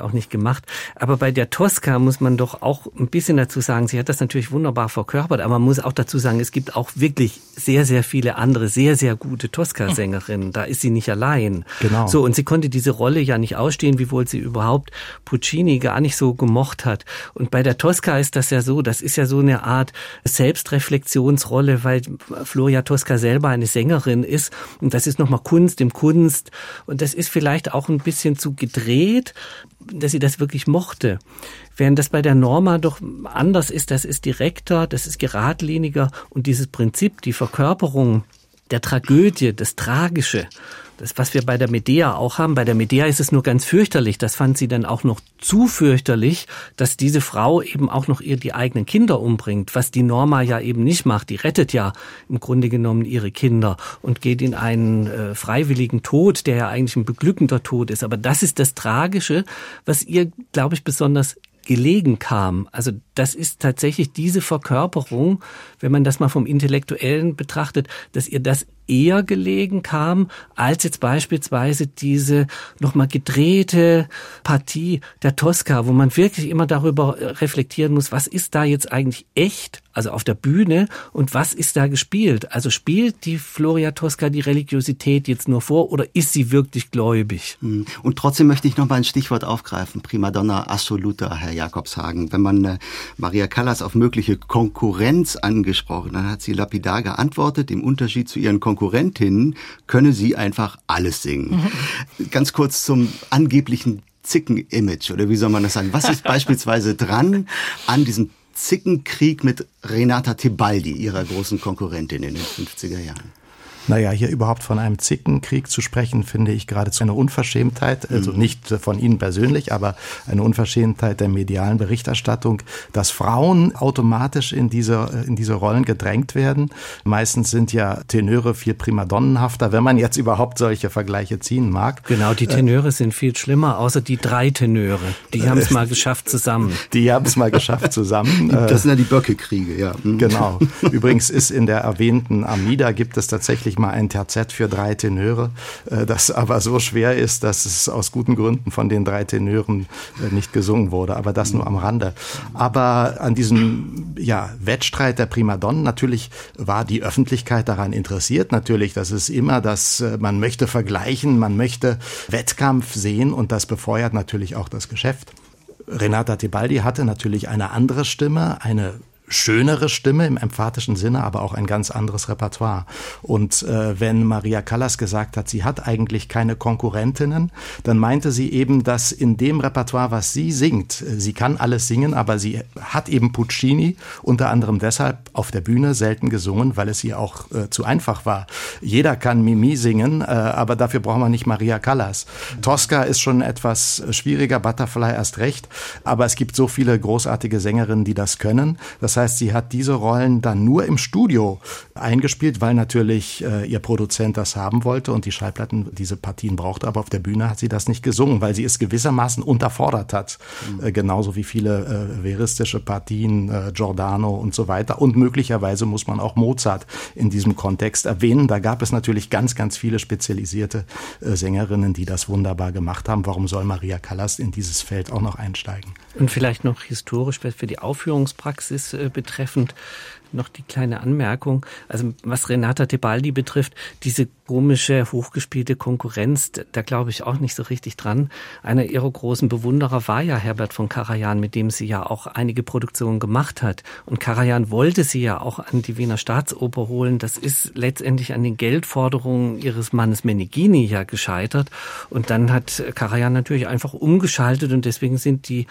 gemacht. Aber bei der Tosca muss man doch auch ein bisschen dazu sagen, sie hat das natürlich wunderbar verkörpert, aber man muss auch dazu sagen, es gibt auch wirklich sehr, sehr viele andere, sehr, sehr gute Tosca-Sängerinnen. Da ist sie nicht allein. Genau. So, und sie konnte diese Rolle ja nicht ausstehen, wiewohl sie überhaupt Puccini gar nicht so gemocht hat. Und bei der Tosca ist das ja so, das ist ja so eine Art Selbstreflexionsrolle, weil Floria Tosca selber eine Sängerin ist. Und das ist nochmal Kunst im Kunst. Und das ist vielleicht auch ein bisschen zu gedreht, dass sie das wirklich mochte. Während das bei der Norma doch anders ist, das ist direkter, das ist geradliniger. Und dieses Prinzip, die Verkörperung der Tragödie, das Tragische, das, was wir bei der Medea auch haben. Bei der Medea ist es nur ganz fürchterlich. Das fand sie dann auch noch zu fürchterlich, dass diese Frau eben auch noch die eigenen Kinder umbringt, was die Norma ja eben nicht macht. Die rettet ja im Grunde genommen ihre Kinder und geht in einen freiwilligen Tod, der ja eigentlich ein beglückender Tod ist. Aber das ist das Tragische, was ihr, glaube ich, besonders gelegen kam. Also das ist tatsächlich diese Verkörperung, wenn man das mal vom Intellektuellen betrachtet, dass ihr das eher gelegen kam, als jetzt beispielsweise diese nochmal gedrehte Partie der Tosca, wo man wirklich immer darüber reflektieren muss, was ist da jetzt eigentlich echt, also auf der Bühne, und was ist da gespielt? Also spielt die Floria Tosca die Religiosität jetzt nur vor oder ist sie wirklich gläubig? Und trotzdem möchte ich noch mal ein Stichwort aufgreifen, Primadonna assoluta, Herr Jakobshagen. Wenn man Maria Callas auf mögliche Konkurrenz angesprochen, dann hat sie lapidar geantwortet, im Unterschied zu ihren Konkurrentinnen könne sie einfach alles singen. Ganz kurz zum angeblichen Zicken-Image, oder wie soll man das sagen? Was ist beispielsweise dran an diesem Zickenkrieg mit Renata Tebaldi, ihrer großen Konkurrentin in den 50er Jahren? Naja, hier überhaupt von einem Zickenkrieg zu sprechen, finde ich geradezu eine Unverschämtheit, also nicht von Ihnen persönlich, aber eine Unverschämtheit der medialen Berichterstattung, dass Frauen automatisch in diese Rollen gedrängt werden. Meistens sind ja Tenöre viel primadonnenhafter, wenn man jetzt überhaupt solche Vergleiche ziehen mag. Genau, die Tenöre sind viel schlimmer, außer die 3 Tenöre. Die haben es mal geschafft zusammen. Die haben es mal geschafft zusammen. Das sind ja die Böcke-Kriege, ja. Genau. Übrigens ist in der erwähnten Amida gibt es tatsächlich mal ein Terzett für 3 Tenöre, das aber so schwer ist, dass es aus guten Gründen von den 3 nicht gesungen wurde, aber das nur am Rande. Aber an diesem Wettstreit der Primadonnen, natürlich war die Öffentlichkeit daran interessiert, natürlich, das ist immer, dass man möchte vergleichen, man möchte Wettkampf sehen und das befeuert natürlich auch das Geschäft. Renata Tebaldi hatte natürlich eine andere Stimme, eine schönere Stimme im emphatischen Sinne, aber auch ein ganz anderes Repertoire. Und wenn Maria Callas gesagt hat, sie hat eigentlich keine Konkurrentinnen, dann meinte sie eben, dass in dem Repertoire, was sie singt, sie kann alles singen, aber sie hat eben Puccini unter anderem deshalb auf der Bühne selten gesungen, weil es ihr auch zu einfach war. Jeder kann Mimi singen, aber dafür braucht man nicht Maria Callas. Tosca ist schon etwas schwieriger, Butterfly erst recht, aber es gibt so viele großartige Sängerinnen, die das können. Das heißt, sie hat diese Rollen dann nur im Studio eingespielt, weil natürlich ihr Produzent das haben wollte und die Schallplatten diese Partien brauchte. Aber auf der Bühne hat sie das nicht gesungen, weil sie es gewissermaßen unterfordert hat. Genauso wie viele veristische Partien, Giordano und so weiter. Und möglicherweise muss man auch Mozart in diesem Kontext erwähnen. Da gab es natürlich ganz, ganz viele spezialisierte Sängerinnen, die das wunderbar gemacht haben. Warum soll Maria Callas in dieses Feld auch noch einsteigen? Und vielleicht noch historisch für die Aufführungspraxis betreffend noch die kleine Anmerkung. Also was Renata Tebaldi betrifft, diese komische, hochgespielte Konkurrenz, da glaube ich auch nicht so richtig dran. Einer ihrer großen Bewunderer war ja Herbert von Karajan, mit dem sie ja auch einige Produktionen gemacht hat. Und Karajan wollte sie ja auch an die Wiener Staatsoper holen. Das ist letztendlich an den Geldforderungen ihres Mannes Meneghini ja gescheitert. Und dann hat Karajan natürlich einfach umgeschaltet und deswegen sind die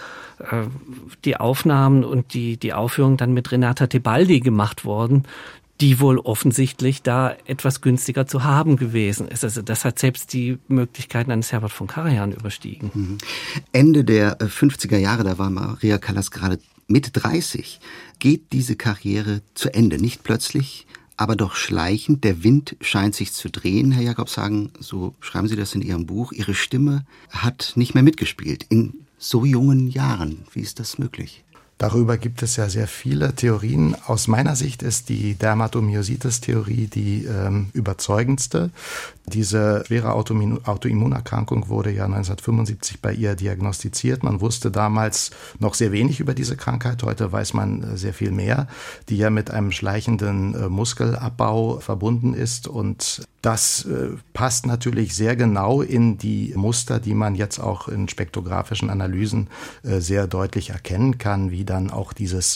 Aufnahmen und die Aufführungen dann mit Renata Tebaldi gemacht worden, die wohl offensichtlich da etwas günstiger zu haben gewesen ist. Also das hat selbst die Möglichkeiten eines Herbert von Karajan überstiegen. Ende der 50er Jahre, da war Maria Callas gerade Mitte 30, geht diese Karriere zu Ende. Nicht plötzlich, aber doch schleichend. Der Wind scheint sich zu drehen, Herr Jakobshagen, so schreiben Sie das in Ihrem Buch. Ihre Stimme hat nicht mehr mitgespielt in so jungen Jahren. Wie ist das möglich? Darüber gibt es ja sehr viele Theorien. Aus meiner Sicht ist die Dermatomyositis-Theorie die überzeugendste. Diese schwere Autoimmunerkrankung wurde ja 1975 bei ihr diagnostiziert. Man wusste damals noch sehr wenig über diese Krankheit. Heute weiß man sehr viel mehr, die ja mit einem schleichenden Muskelabbau verbunden ist. Und das passt natürlich sehr genau in die Muster, die man jetzt auch in spektrographischen Analysen sehr deutlich erkennen kann, wie dann auch dieses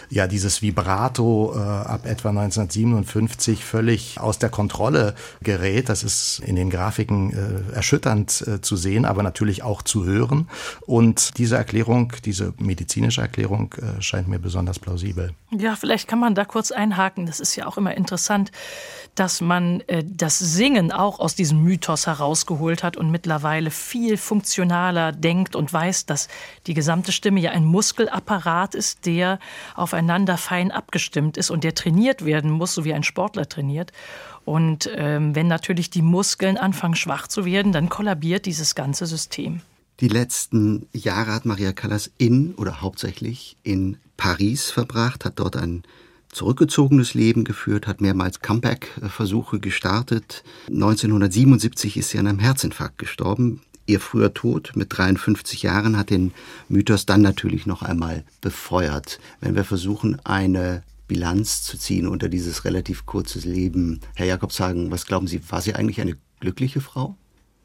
Vibrato ab etwa 1957 völlig aus der Kontrolle gerät. Das ist in den Grafiken erschütternd zu sehen, aber natürlich auch zu hören. Und diese Erklärung, diese medizinische Erklärung scheint mir besonders plausibel. Ja, vielleicht kann man da kurz einhaken. Das ist ja auch immer interessant, dass man das Singen auch aus diesem Mythos herausgeholt hat und mittlerweile viel funktionaler denkt und weiß, dass die gesamte Stimme ja ein Muskelapparat ist, der aufeinander fein abgestimmt ist und der trainiert werden muss, so wie ein Sportler trainiert. Und wenn natürlich die Muskeln anfangen schwach zu werden, dann kollabiert dieses ganze System. Die letzten Jahre hat Maria Callas hauptsächlich in Paris verbracht, hat dort ein zurückgezogenes Leben geführt, hat mehrmals Comeback-Versuche gestartet. 1977 ist sie an einem Herzinfarkt gestorben. Ihr früher Tod mit 53 Jahren hat den Mythos dann natürlich noch einmal befeuert. Wenn wir versuchen, eine Bilanz zu ziehen unter dieses relativ kurze Leben. Herr Jakobshagen, was glauben Sie, war sie eigentlich eine glückliche Frau?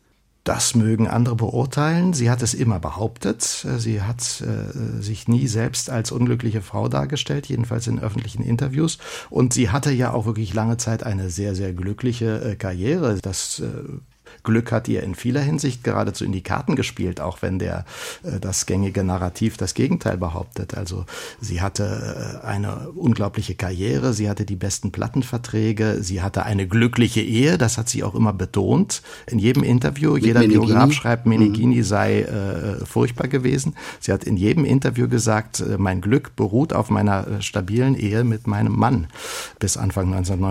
Das mögen andere beurteilen. Sie hat es immer behauptet. Sie hat sich nie selbst als unglückliche Frau dargestellt, jedenfalls in öffentlichen Interviews. Und sie hatte ja auch wirklich lange Zeit eine sehr, sehr glückliche Karriere. Das Glück hat ihr in vieler Hinsicht geradezu in die Karten gespielt, auch wenn das gängige Narrativ das Gegenteil behauptet. Also sie hatte eine unglaubliche Karriere, sie hatte die besten Plattenverträge, sie hatte eine glückliche Ehe, das hat sie auch immer betont. In jedem Interview, jeder Biograf schreibt, Meneghini sei furchtbar gewesen. Sie hat in jedem Interview gesagt, mein Glück beruht auf meiner stabilen Ehe mit meinem Mann bis Anfang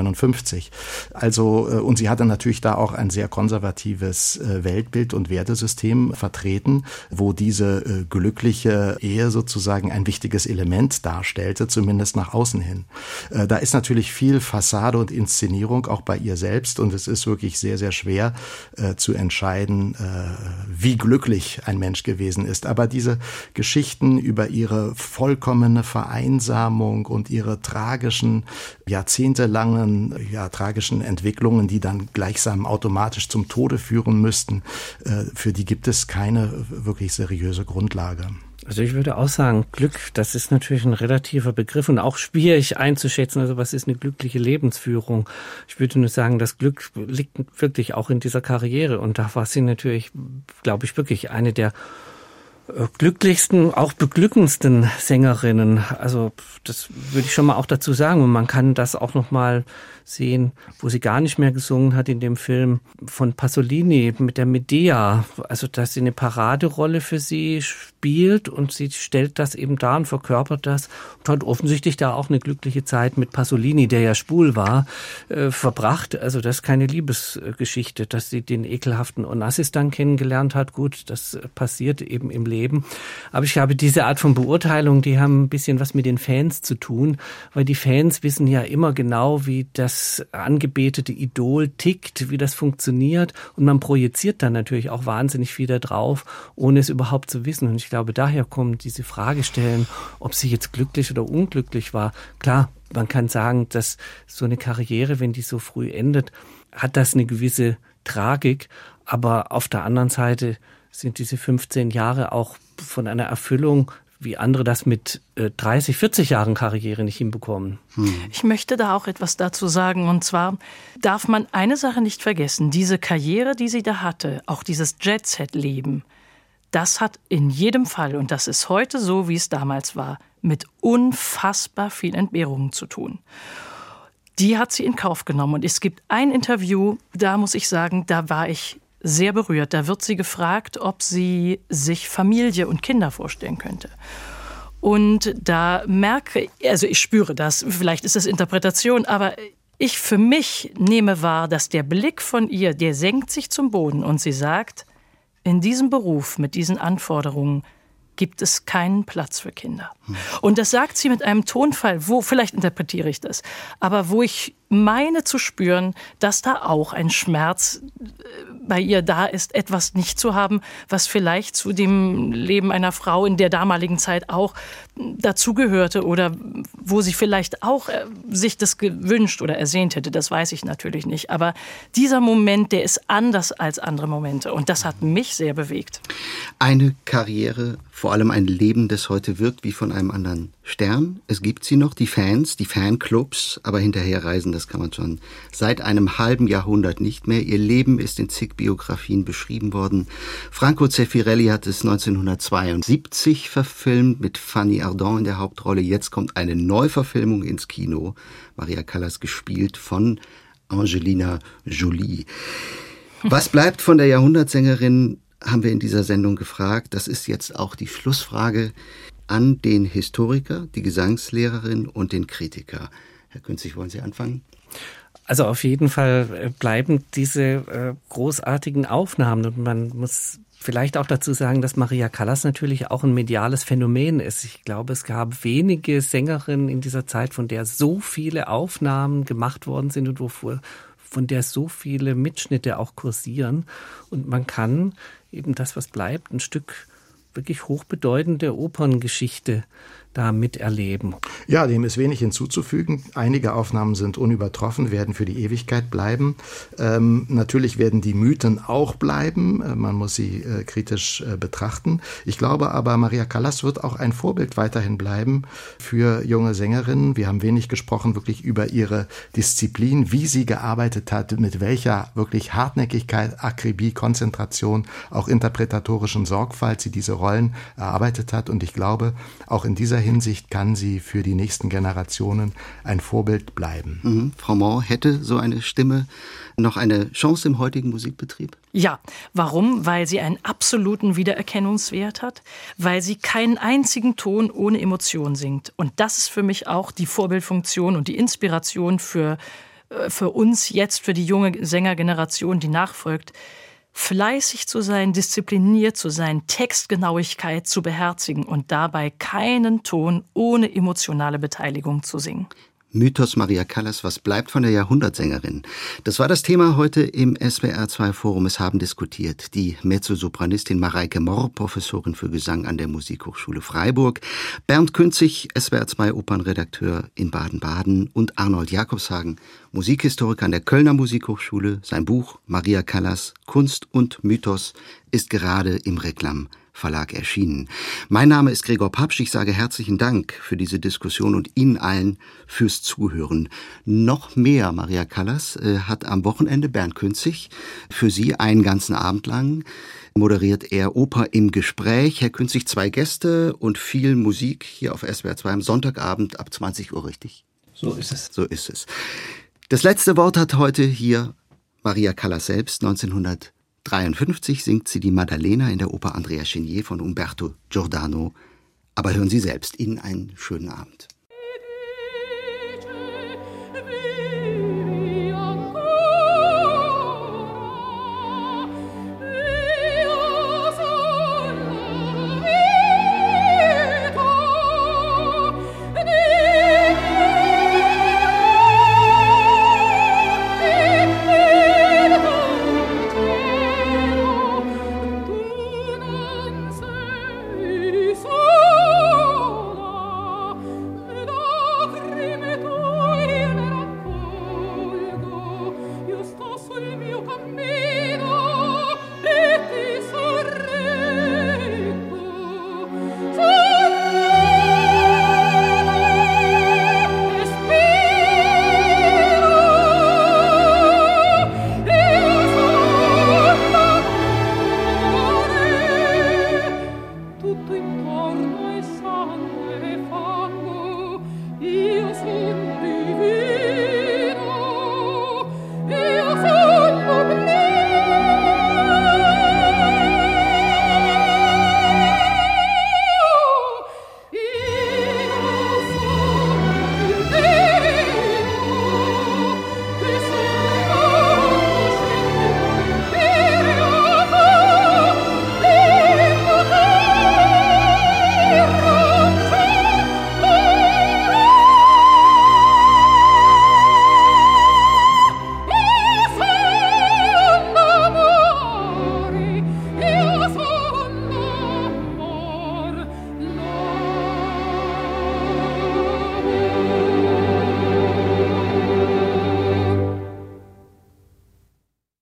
1959. Also, und sie hatte natürlich da auch ein sehr konservatives Weltbild und Wertesystem vertreten, wo diese glückliche Ehe sozusagen ein wichtiges Element darstellte, zumindest nach außen hin. Da ist natürlich viel Fassade und Inszenierung auch bei ihr selbst und es ist wirklich sehr, sehr schwer zu entscheiden, wie glücklich ein Mensch gewesen ist. Aber diese Geschichten über ihre vollkommene Vereinsamung und ihre tragischen, jahrzehntelangen, tragischen Entwicklungen, die dann gleichsam automatisch zum Tode führen müssten, für die gibt es keine wirklich seriöse Grundlage. Also ich würde auch sagen, Glück, das ist natürlich ein relativer Begriff und auch schwierig einzuschätzen. Also was ist eine glückliche Lebensführung? Ich würde nur sagen, das Glück liegt wirklich auch in dieser Karriere. Und da war sie natürlich, glaube ich, wirklich eine der glücklichsten, auch beglückendsten Sängerinnen. Also das würde ich schon mal auch dazu sagen. Und man kann das auch noch mal sehen, wo sie gar nicht mehr gesungen hat in dem Film von Pasolini mit der Medea. Also dass sie eine Paraderolle für sie spielt und sie stellt das eben dar und verkörpert das und hat offensichtlich da auch eine glückliche Zeit mit Pasolini, der ja schwul war, verbracht. Also das ist keine Liebesgeschichte, dass sie den ekelhaften Onassis dann kennengelernt hat. Gut, das passiert eben im Leben. Aber ich habe diese Art von Beurteilung, die haben ein bisschen was mit den Fans zu tun, weil die Fans wissen ja immer genau, wie das angebetete Idol tickt, wie das funktioniert und man projiziert dann natürlich auch wahnsinnig viel da drauf, ohne es überhaupt zu wissen. Und ich glaube, daher kommt diese Fragestellen, ob sie jetzt glücklich oder unglücklich war. Klar, man kann sagen, dass so eine Karriere, wenn die so früh endet, hat das eine gewisse Tragik, aber auf der anderen Seite sind diese 15 Jahre auch von einer Erfüllung, wie andere das mit 30, 40 Jahren Karriere nicht hinbekommen. Ich möchte da auch etwas dazu sagen. Und zwar darf man eine Sache nicht vergessen. Diese Karriere, die sie da hatte, auch dieses Jet-Set-Leben, das hat in jedem Fall, und das ist heute so, wie es damals war, mit unfassbar viel Entbehrungen zu tun. Die hat sie in Kauf genommen. Und es gibt ein Interview, da muss ich sagen, da war ich sehr berührt. Da wird sie gefragt, ob sie sich Familie und Kinder vorstellen könnte. Und da ich spüre das, vielleicht ist das Interpretation, aber ich für mich nehme wahr, dass der Blick von ihr, der senkt sich zum Boden und sie sagt, in diesem Beruf mit diesen Anforderungen, gibt es keinen Platz für Kinder. Und das sagt sie mit einem Tonfall, vielleicht interpretiere ich das, aber wo ich meine zu spüren, dass da auch ein Schmerz bei ihr da ist, etwas nicht zu haben, was vielleicht zu dem Leben einer Frau in der damaligen Zeit auch dazugehörte oder wo sie vielleicht auch sich das gewünscht oder ersehnt hätte, das weiß ich natürlich nicht. Aber dieser Moment, der ist anders als andere Momente und das hat mich sehr bewegt. Eine Karriere, vor allem ein Leben, das heute wirkt wie von einem anderen Stern. Es gibt sie noch, die Fans, die Fanclubs, aber hinterherreisen, das kann man schon seit einem halben Jahrhundert nicht mehr. Ihr Leben ist in zig Biografien beschrieben worden. Franco Zeffirelli hat es 1972 verfilmt mit Fanny Ardant in der Hauptrolle. Jetzt kommt eine Neuverfilmung ins Kino. Maria Callas gespielt von Angelina Jolie. Was bleibt von der Jahrhundertsängerin, haben wir in dieser Sendung gefragt. Das ist jetzt auch die Schlussfrage an den Historiker, die Gesangslehrerin und den Kritiker. Herr Künzig, wollen Sie anfangen? Also auf jeden Fall bleiben diese großartigen Aufnahmen und man muss vielleicht auch dazu sagen, dass Maria Callas natürlich auch ein mediales Phänomen ist. Ich glaube, es gab wenige Sängerinnen in dieser Zeit, von der so viele Aufnahmen gemacht worden sind und von der so viele Mitschnitte auch kursieren. Und man kann eben das, was bleibt, ein Stück wirklich hochbedeutende Operngeschichte da miterleben. Ja, dem ist wenig hinzuzufügen. Einige Aufnahmen sind unübertroffen, werden für die Ewigkeit bleiben. Natürlich werden die Mythen auch bleiben. Man muss sie kritisch betrachten. Ich glaube aber, Maria Callas wird auch ein Vorbild weiterhin bleiben für junge Sängerinnen. Wir haben wenig gesprochen wirklich über ihre Disziplin, wie sie gearbeitet hat, mit welcher wirklich Hartnäckigkeit, Akribie, Konzentration, auch interpretatorischen Sorgfalt sie diese Rollen erarbeitet hat. Und ich glaube, auch in dieser Hinsicht kann sie für die nächsten Generationen ein Vorbild bleiben. Frau Mohr, hätte so eine Stimme noch eine Chance im heutigen Musikbetrieb? Ja. Warum? Weil sie einen absoluten Wiedererkennungswert hat, weil sie keinen einzigen Ton ohne Emotion singt. Und das ist für mich auch die Vorbildfunktion und die Inspiration für uns jetzt, für die junge Sängergeneration, die nachfolgt. Fleißig zu sein, diszipliniert zu sein, Textgenauigkeit zu beherzigen und dabei keinen Ton ohne emotionale Beteiligung zu singen. Mythos Maria Callas, was bleibt von der Jahrhundertsängerin? Das war das Thema heute im SWR2 Forum. Es haben diskutiert die Mezzosopranistin Mareike Mohr, Professorin für Gesang an der Musikhochschule Freiburg, Bernd Künzig, SWR2 Opernredakteur in Baden-Baden und Arnold Jakobshagen, Musikhistoriker an der Kölner Musikhochschule. Sein Buch Maria Callas, Kunst und Mythos ist gerade im Reklam Verlag erschienen. Mein Name ist Gregor Papsch. Ich sage herzlichen Dank für diese Diskussion und Ihnen allen fürs Zuhören. Noch mehr Maria Callas hat am Wochenende Bernd Künzig für Sie einen ganzen Abend lang moderiert er Oper im Gespräch. Herr Künzig, 2 Gäste und viel Musik hier auf SWR2 am Sonntagabend ab 20 Uhr, richtig? So ist es. So ist es. Das letzte Wort hat heute hier Maria Callas selbst. 1953 singt sie die Maddalena in der Oper Andrea Chenier von Umberto Giordano. Aber hören Sie selbst. Ihnen einen schönen Abend.